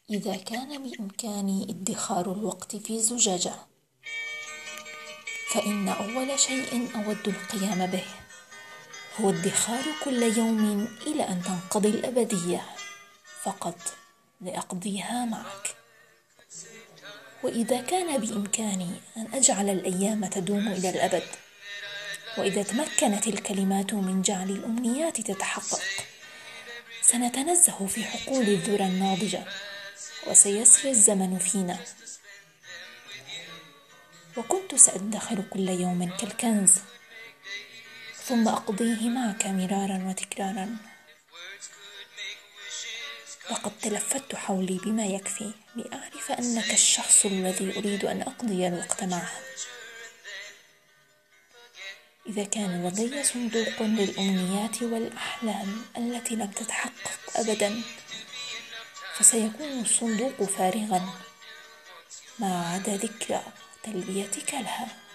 إذا كان بإمكاني ادخار الوقت في زجاجة، فإن أول شيء أود القيام به هو ادخار كل يوم إلى أن تنقضي الأبدية فقط لأقضيها معك. وإذا كان بإمكاني أن أجعل الأيام تدوم إلى الأبد، وإذا تمكنت الكلمات من جعل الأمنيات تتحقق، سنتنزه في حقول الذرى الناضجة، وسيسري الزمن فينا. وكنت سأدخر كل يوم كالكنز، ثم أقضيه معك مرارا وتكرارا. لقد تلفت حولي بما يكفي لأعرف أنك الشخص الذي أريد أن أقضي الوقت معه. إذا كان لدي صندوق للأمنيات والأحلام التي لم تتحقق أبدا، فسيكون الصندوق فارغا ما عدا ذكرى تلبيتك لها.